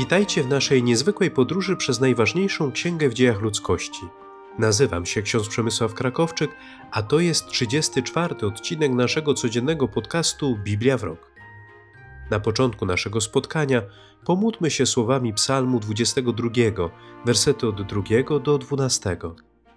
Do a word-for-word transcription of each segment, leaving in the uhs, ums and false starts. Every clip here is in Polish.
Witajcie w naszej niezwykłej podróży przez najważniejszą księgę w dziejach ludzkości. Nazywam się ksiądz Przemysław Krakowczyk, a to jest trzydziesty czwarty odcinek naszego codziennego podcastu Biblia w rok. Na początku naszego spotkania pomódlmy się słowami psalmu dwudziestego drugiego, wersety od drugiego do dwunastego.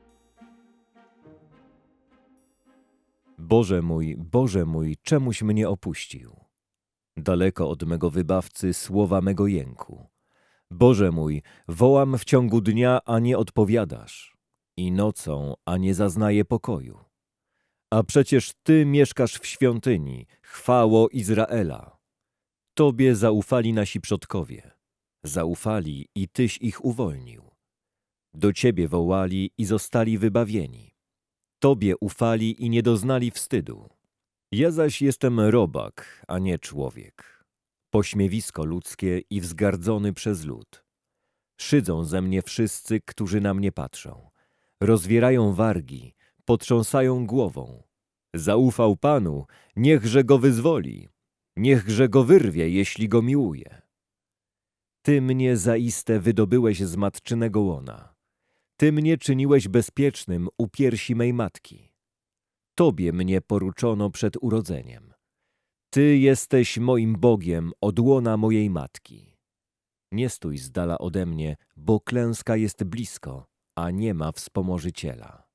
Boże mój, Boże mój, czemuś mnie opuścił? Daleko od mego wybawcy słowa mego jęku. Boże mój, wołam w ciągu dnia, a nie odpowiadasz, i nocą, a nie zaznaję pokoju. A przecież Ty mieszkasz w świątyni, chwało Izraela. Tobie zaufali nasi przodkowie. Zaufali i Tyś ich uwolnił. Do Ciebie wołali i zostali wybawieni. Tobie ufali i nie doznali wstydu. Ja zaś jestem robak, a nie człowiek. Pośmiewisko ludzkie i wzgardzony przez lud. Szydzą ze mnie wszyscy, którzy na mnie patrzą. Rozwierają wargi, potrząsają głową. Zaufał Panu, niechże go wyzwoli. Niechże go wyrwie, jeśli go miłuje. Ty mnie zaiste wydobyłeś z matczynego łona. Ty mnie czyniłeś bezpiecznym u piersi mej matki. Tobie mnie poruczono przed urodzeniem. Ty jesteś moim Bogiem od łona mojej matki. Nie stój z dala ode mnie, bo klęska jest blisko, a nie ma wspomożyciela.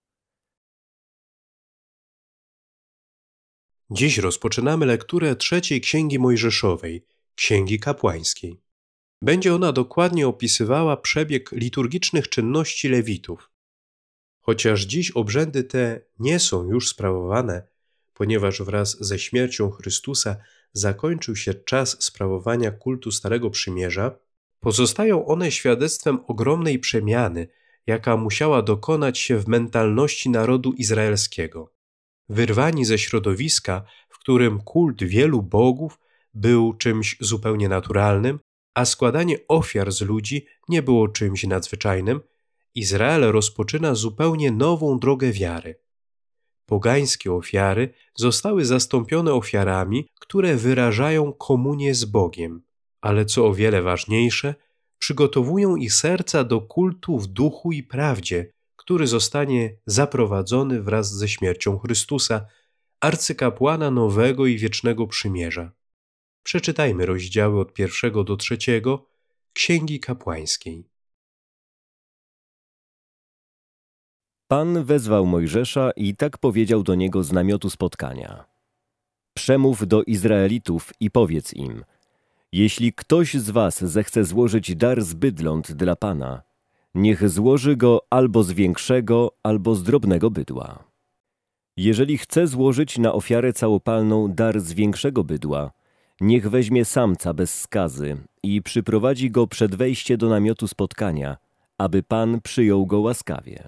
Dziś rozpoczynamy lekturę trzeciej Księgi Mojżeszowej, Księgi Kapłańskiej. Będzie ona dokładnie opisywała przebieg liturgicznych czynności Lewitów. Chociaż dziś obrzędy te nie są już sprawowane, ponieważ wraz ze śmiercią Chrystusa zakończył się czas sprawowania kultu Starego Przymierza, pozostają one świadectwem ogromnej przemiany, jaka musiała dokonać się w mentalności narodu izraelskiego. Wyrwani ze środowiska, w którym kult wielu bogów był czymś zupełnie naturalnym, a składanie ofiar z ludzi nie było czymś nadzwyczajnym, Izrael rozpoczyna zupełnie nową drogę wiary. Pogańskie ofiary zostały zastąpione ofiarami, które wyrażają komunię z Bogiem, ale co o wiele ważniejsze, przygotowują ich serca do kultu w duchu i prawdzie, który zostanie zaprowadzony wraz ze śmiercią Chrystusa, arcykapłana nowego i wiecznego przymierza. Przeczytajmy rozdziały od pierwszego do trzeciego Księgi Kapłańskiej. Pan wezwał Mojżesza i tak powiedział do niego z namiotu spotkania. Przemów do Izraelitów i powiedz im, jeśli ktoś z was zechce złożyć dar z bydląt dla Pana, niech złoży go albo z większego, albo z drobnego bydła. Jeżeli chce złożyć na ofiarę całopalną dar z większego bydła, niech weźmie samca bez skazy i przyprowadzi go przed wejście do namiotu spotkania, aby Pan przyjął go łaskawie.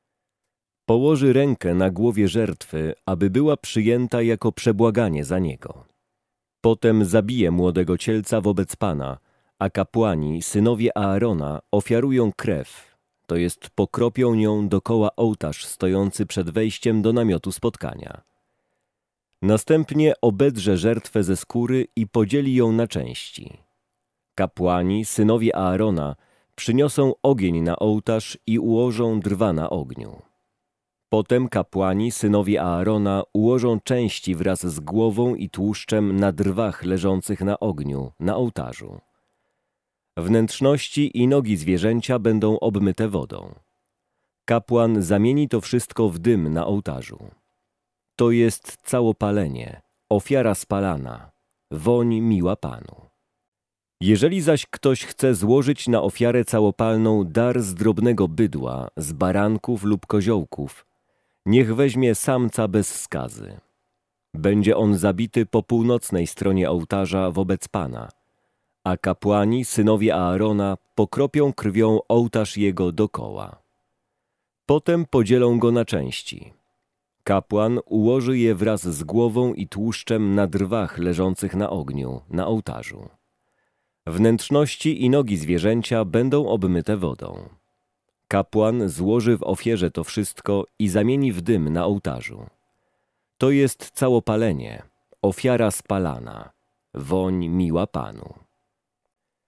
Położy rękę na głowie żertwy, aby była przyjęta jako przebłaganie za niego. Potem zabije młodego cielca wobec Pana, a kapłani, synowie Aarona, ofiarują krew, to jest pokropią nią dokoła ołtarz stojący przed wejściem do namiotu spotkania. Następnie obedrze żertwę ze skóry i podzieli ją na części. Kapłani, synowie Aarona, przyniosą ogień na ołtarz i ułożą drwa na ogniu. Potem kapłani, synowie Aarona, ułożą części wraz z głową i tłuszczem na drwach leżących na ogniu, na ołtarzu. Wnętrzności i nogi zwierzęcia będą obmyte wodą. Kapłan zamieni to wszystko w dym na ołtarzu. To jest całopalenie, ofiara spalana, woń miła Panu. Jeżeli zaś ktoś chce złożyć na ofiarę całopalną dar z drobnego bydła, z baranków lub koziołków, niech weźmie samca bez skazy. Będzie on zabity po północnej stronie ołtarza wobec Pana, a kapłani, synowie Aarona, pokropią krwią ołtarz jego dokoła. Potem podzielą go na części. Kapłan ułoży je wraz z głową i tłuszczem na drwach leżących na ogniu, na ołtarzu. Wnętrzności i nogi zwierzęcia będą obmyte wodą. Kapłan złoży w ofierze to wszystko i zamieni w dym na ołtarzu. To jest całopalenie, ofiara spalana, woń miła Panu.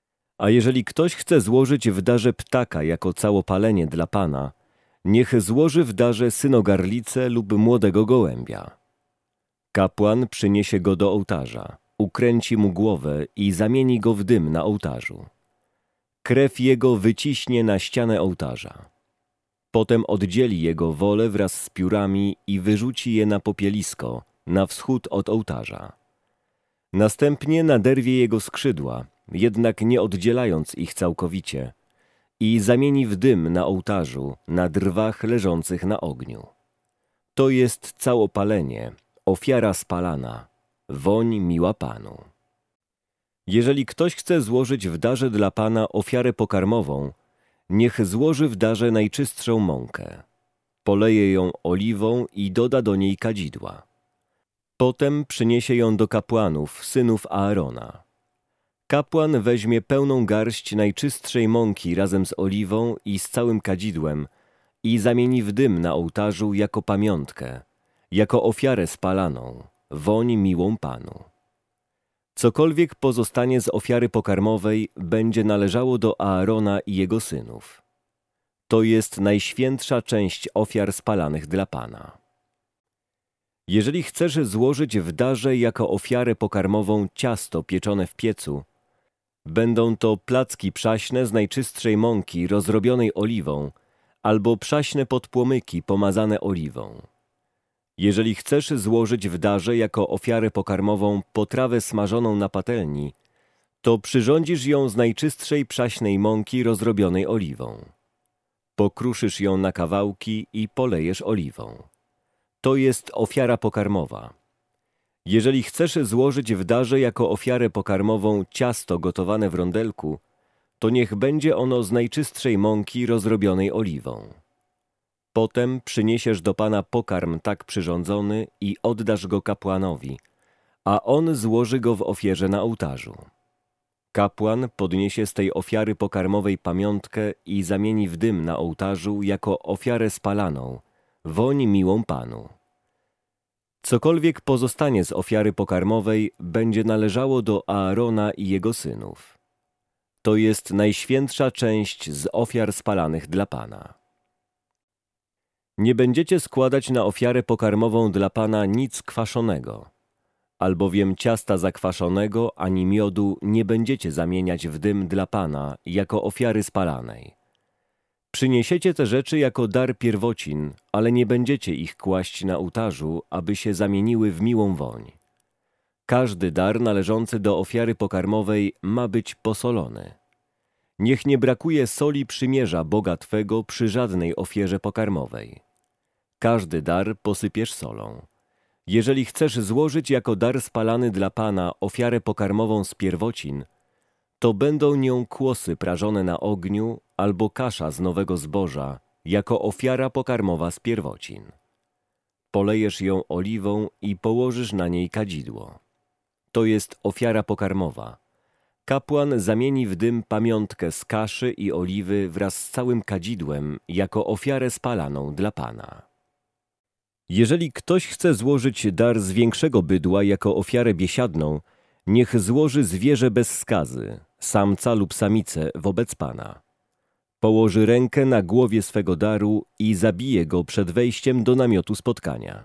A jeżeli ktoś chce złożyć w darze ptaka jako całopalenie dla Pana, niech złoży w darze synogarlicę lub młodego gołębia. Kapłan przyniesie go do ołtarza, ukręci mu głowę i zamieni go w dym na ołtarzu. Krew jego wyciśnie na ścianę ołtarza. Potem oddzieli jego wolę wraz z piórami i wyrzuci je na popielisko, na wschód od ołtarza. Następnie naderwie jego skrzydła, jednak nie oddzielając ich całkowicie, i zamieni w dym na ołtarzu, na drwach leżących na ogniu. To jest całopalenie, ofiara spalana, woń miła Panu. Jeżeli ktoś chce złożyć w darze dla Pana ofiarę pokarmową, niech złoży w darze najczystszą mąkę. Poleje ją oliwą i doda do niej kadzidła. Potem przyniesie ją do kapłanów, synów Aarona. Kapłan weźmie pełną garść najczystszej mąki razem z oliwą i z całym kadzidłem i zamieni w dym na ołtarzu jako pamiątkę, jako ofiarę spalaną, woń miłą Panu. Cokolwiek pozostanie z ofiary pokarmowej, będzie należało do Aarona i jego synów. To jest najświętsza część ofiar spalanych dla Pana. Jeżeli chcesz złożyć w darze jako ofiarę pokarmową ciasto pieczone w piecu, będą to placki przaśne z najczystszej mąki rozrobionej oliwą albo przaśne podpłomyki pomazane oliwą. Jeżeli chcesz złożyć w darze jako ofiarę pokarmową potrawę smażoną na patelni, to przyrządzisz ją z najczystszej przaśnej mąki rozrobionej oliwą. Pokruszysz ją na kawałki i polejesz oliwą. To jest ofiara pokarmowa. Jeżeli chcesz złożyć w darze jako ofiarę pokarmową ciasto gotowane w rondelku, to niech będzie ono z najczystszej mąki rozrobionej oliwą. Potem przyniesiesz do Pana pokarm tak przyrządzony i oddasz go kapłanowi, a on złoży go w ofierze na ołtarzu. Kapłan podniesie z tej ofiary pokarmowej pamiątkę i zamieni w dym na ołtarzu jako ofiarę spalaną, woń miłą Panu. Cokolwiek pozostanie z ofiary pokarmowej, będzie należało do Aarona i jego synów. To jest najświętsza część z ofiar spalanych dla Pana. Nie będziecie składać na ofiarę pokarmową dla Pana nic kwaszonego, albowiem ciasta zakwaszonego ani miodu nie będziecie zamieniać w dym dla Pana jako ofiary spalanej. Przyniesiecie te rzeczy jako dar pierwocin, ale nie będziecie ich kłaść na ołtarzu, aby się zamieniły w miłą woń. Każdy dar należący do ofiary pokarmowej ma być posolony. Niech nie brakuje soli przymierza Boga Twego przy żadnej ofierze pokarmowej. Każdy dar posypiesz solą. Jeżeli chcesz złożyć jako dar spalany dla Pana ofiarę pokarmową z pierwocin, to będą nią kłosy prażone na ogniu albo kasza z nowego zboża, jako ofiara pokarmowa z pierwocin. Polejesz ją oliwą i położysz na niej kadzidło. To jest ofiara pokarmowa. Kapłan zamieni w dym pamiątkę z kaszy i oliwy wraz z całym kadzidłem jako ofiarę spalaną dla Pana. Jeżeli ktoś chce złożyć dar z większego bydła jako ofiarę biesiadną, niech złoży zwierzę bez skazy, samca lub samicę wobec Pana. Położy rękę na głowie swego daru i zabije go przed wejściem do namiotu spotkania.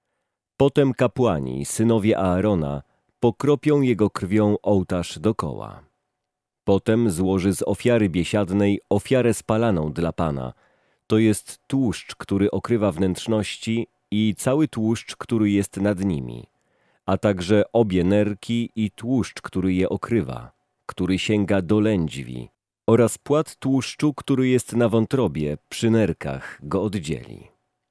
Potem kapłani, synowie Aarona, pokropią jego krwią ołtarz dokoła. Potem złoży z ofiary biesiadnej ofiarę spalaną dla Pana, to jest tłuszcz, który okrywa wnętrzności i cały tłuszcz, który jest nad nimi, a także obie nerki i tłuszcz, który je okrywa, który sięga do lędźwi, oraz płat tłuszczu, który jest na wątrobie, przy nerkach, go oddzieli.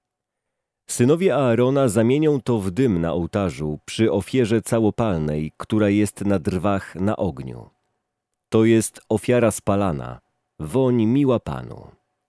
Synowie Aarona zamienią to w dym na ołtarzu przy ofierze całopalnej, która jest na drwach na ogniu. To jest ofiara spalana, woń miła Panu.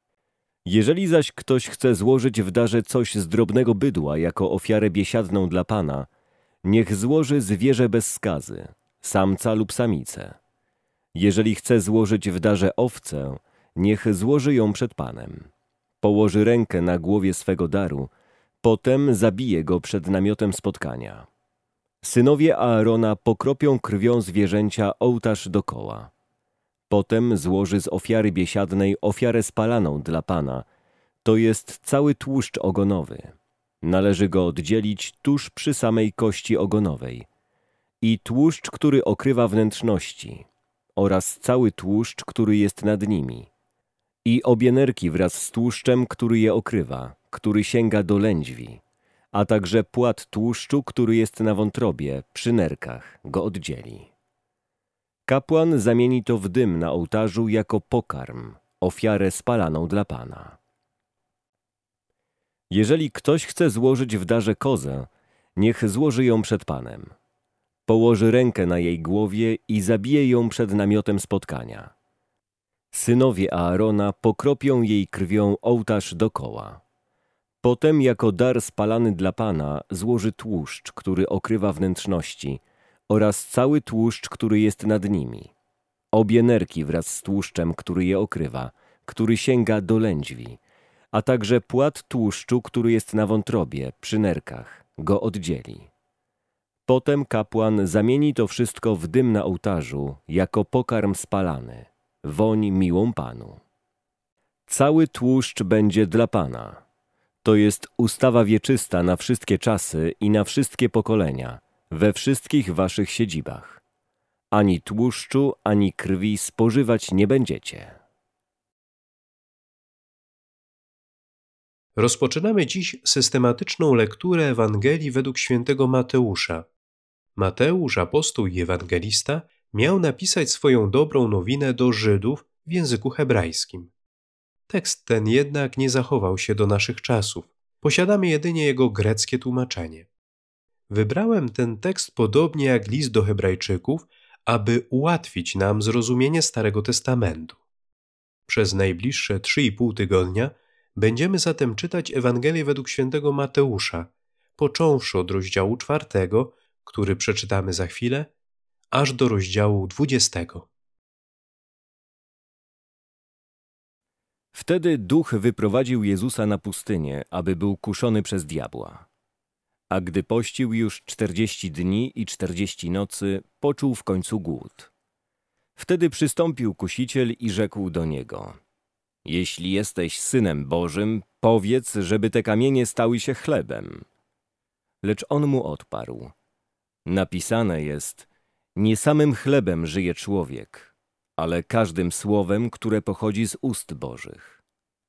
Jeżeli zaś ktoś chce złożyć w darze coś z drobnego bydła jako ofiarę biesiadną dla Pana, niech złoży zwierzę bez skazy, samca lub samicę. Jeżeli chce złożyć w darze owcę, niech złoży ją przed Panem. Położy rękę na głowie swego daru, potem zabije go przed namiotem spotkania. Synowie Aarona pokropią krwią zwierzęcia ołtarz dokoła. Potem złoży z ofiary biesiadnej ofiarę spalaną dla Pana, to jest cały tłuszcz ogonowy. Należy go oddzielić tuż przy samej kości ogonowej. I tłuszcz, który okrywa wnętrzności, oraz cały tłuszcz, który jest nad nimi. I obie nerki wraz z tłuszczem, który je okrywa, który sięga do lędźwi, a także płat tłuszczu, który jest na wątrobie, przy nerkach, go oddzieli. Kapłan zamieni to w dym na ołtarzu jako pokarm, ofiarę spalaną dla Pana. Jeżeli ktoś chce złożyć w darze kozę, niech złoży ją przed Panem. Położy rękę na jej głowie i zabije ją przed namiotem spotkania. Synowie Aarona pokropią jej krwią ołtarz dokoła. Potem jako dar spalany dla Pana złoży tłuszcz, który okrywa wnętrzności, oraz cały tłuszcz, który jest nad nimi. Obie nerki wraz z tłuszczem, który je okrywa, który sięga do lędźwi, a także płat tłuszczu, który jest na wątrobie, przy nerkach, go oddzieli. Potem kapłan zamieni to wszystko w dym na ołtarzu jako pokarm spalany, woń miłą Panu. Cały tłuszcz będzie dla Pana. To jest ustawa wieczysta na wszystkie czasy i na wszystkie pokolenia, we wszystkich waszych siedzibach. Ani tłuszczu, ani krwi spożywać nie będziecie. Rozpoczynamy dziś systematyczną lekturę Ewangelii według świętego Mateusza. Mateusz, apostoł i ewangelista, miał napisać swoją dobrą nowinę do Żydów w języku hebrajskim. Tekst ten jednak nie zachował się do naszych czasów. Posiadamy jedynie jego greckie tłumaczenie. Wybrałem ten tekst podobnie jak list do Hebrajczyków, aby ułatwić nam zrozumienie Starego Testamentu. Przez najbliższe trzy i pół tygodnia będziemy zatem czytać Ewangelię według świętego Mateusza, począwszy od rozdziału czwartego, który przeczytamy za chwilę, aż do rozdziału dwudziestego. Wtedy duch wyprowadził Jezusa na pustynię, aby był kuszony przez diabła. A gdy pościł już czterdzieści dni i czterdzieści nocy, poczuł w końcu głód. Wtedy przystąpił kusiciel i rzekł do niego: Jeśli jesteś Synem Bożym, powiedz, żeby te kamienie stały się chlebem. Lecz on mu odparł: Napisane jest, nie samym chlebem żyje człowiek, ale każdym słowem, które pochodzi z ust Bożych.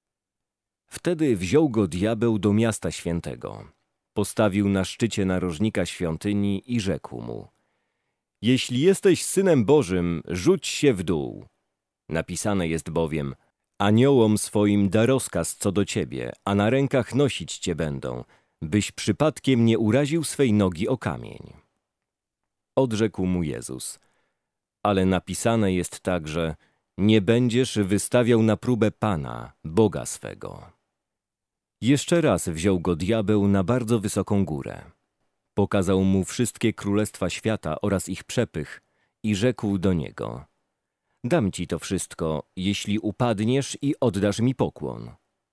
Wtedy wziął go diabeł do miasta świętego, postawił na szczycie narożnika świątyni i rzekł mu: Jeśli jesteś Synem Bożym, rzuć się w dół. Napisane jest bowiem: Aniołom swoim da rozkaz co do ciebie, a na rękach nosić cię będą, byś przypadkiem nie uraził swej nogi o kamień. Odrzekł mu Jezus: Ale napisane jest także: Nie będziesz wystawiał na próbę Pana, Boga swego. Jeszcze raz wziął go diabeł na bardzo wysoką górę. Pokazał mu wszystkie królestwa świata oraz ich przepych i rzekł do niego: Dam ci to wszystko, jeśli upadniesz i oddasz mi pokłon.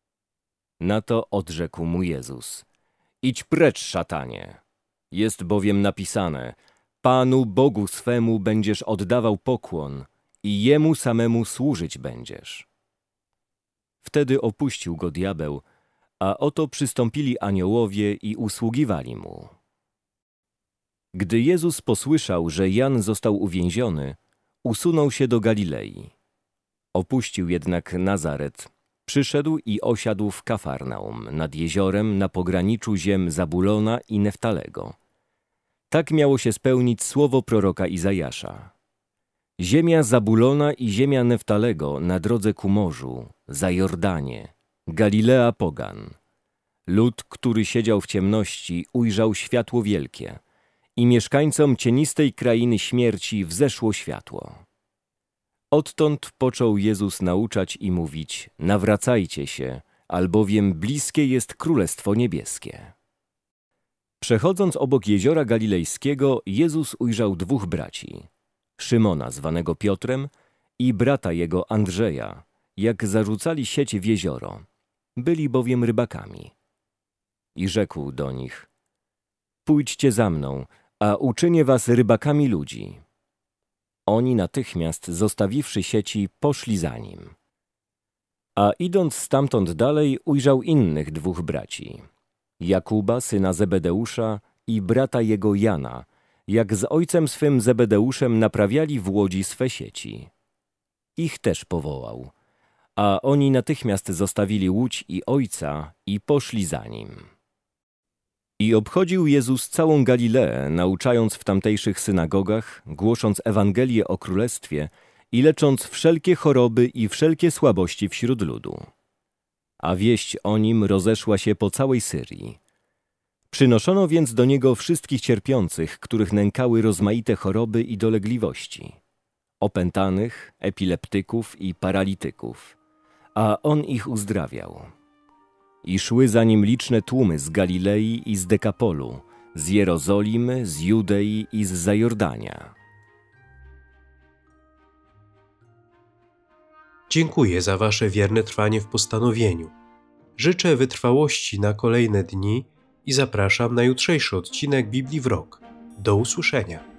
Na to odrzekł mu Jezus: Idź precz, szatanie. Jest bowiem napisane: Panu Bogu swemu będziesz oddawał pokłon i Jemu samemu służyć będziesz. Wtedy opuścił go diabeł, a oto przystąpili aniołowie i usługiwali mu. Gdy Jezus posłyszał, że Jan został uwięziony, usunął się do Galilei. Opuścił jednak Nazaret, przyszedł i osiadł w Kafarnaum, nad jeziorem na pograniczu ziem Zabulona i Neftalego. Tak miało się spełnić słowo proroka Izajasza. Ziemia Zabulona i ziemia Neftalego na drodze ku morzu, za Jordanie, Galilea pogan. Lud, który siedział w ciemności, ujrzał światło wielkie i mieszkańcom cienistej krainy śmierci wzeszło światło. Odtąd począł Jezus nauczać i mówić: Nawracajcie się, albowiem bliskie jest Królestwo Niebieskie. Przechodząc obok jeziora galilejskiego, Jezus ujrzał dwóch braci: Szymona, zwanego Piotrem, i brata jego Andrzeja, jak zarzucali sieć w jezioro. Byli bowiem rybakami. I rzekł do nich: Pójdźcie za mną, a uczynię was rybakami ludzi. Oni natychmiast, zostawiwszy sieci, poszli za nim. A idąc stamtąd dalej, ujrzał innych dwóch braci. Jakuba, syna Zebedeusza, i brata jego Jana, jak z ojcem swym Zebedeuszem naprawiali w łodzi swe sieci. Ich też powołał, a oni natychmiast zostawili łódź i ojca i poszli za nim. I obchodził Jezus całą Galileę, nauczając w tamtejszych synagogach, głosząc Ewangelię o Królestwie i lecząc wszelkie choroby i wszelkie słabości wśród ludu. A wieść o nim rozeszła się po całej Syrii. Przynoszono więc do niego wszystkich cierpiących, których nękały rozmaite choroby i dolegliwości, opętanych, epileptyków i paralityków, a on ich uzdrawiał. I szły za nim liczne tłumy z Galilei i z Dekapolu, z Jerozolimy, z Judei i z Zajordania. Dziękuję za wasze wierne trwanie w postanowieniu. Życzę wytrwałości na kolejne dni i zapraszam na jutrzejszy odcinek Biblii w rok. Do usłyszenia.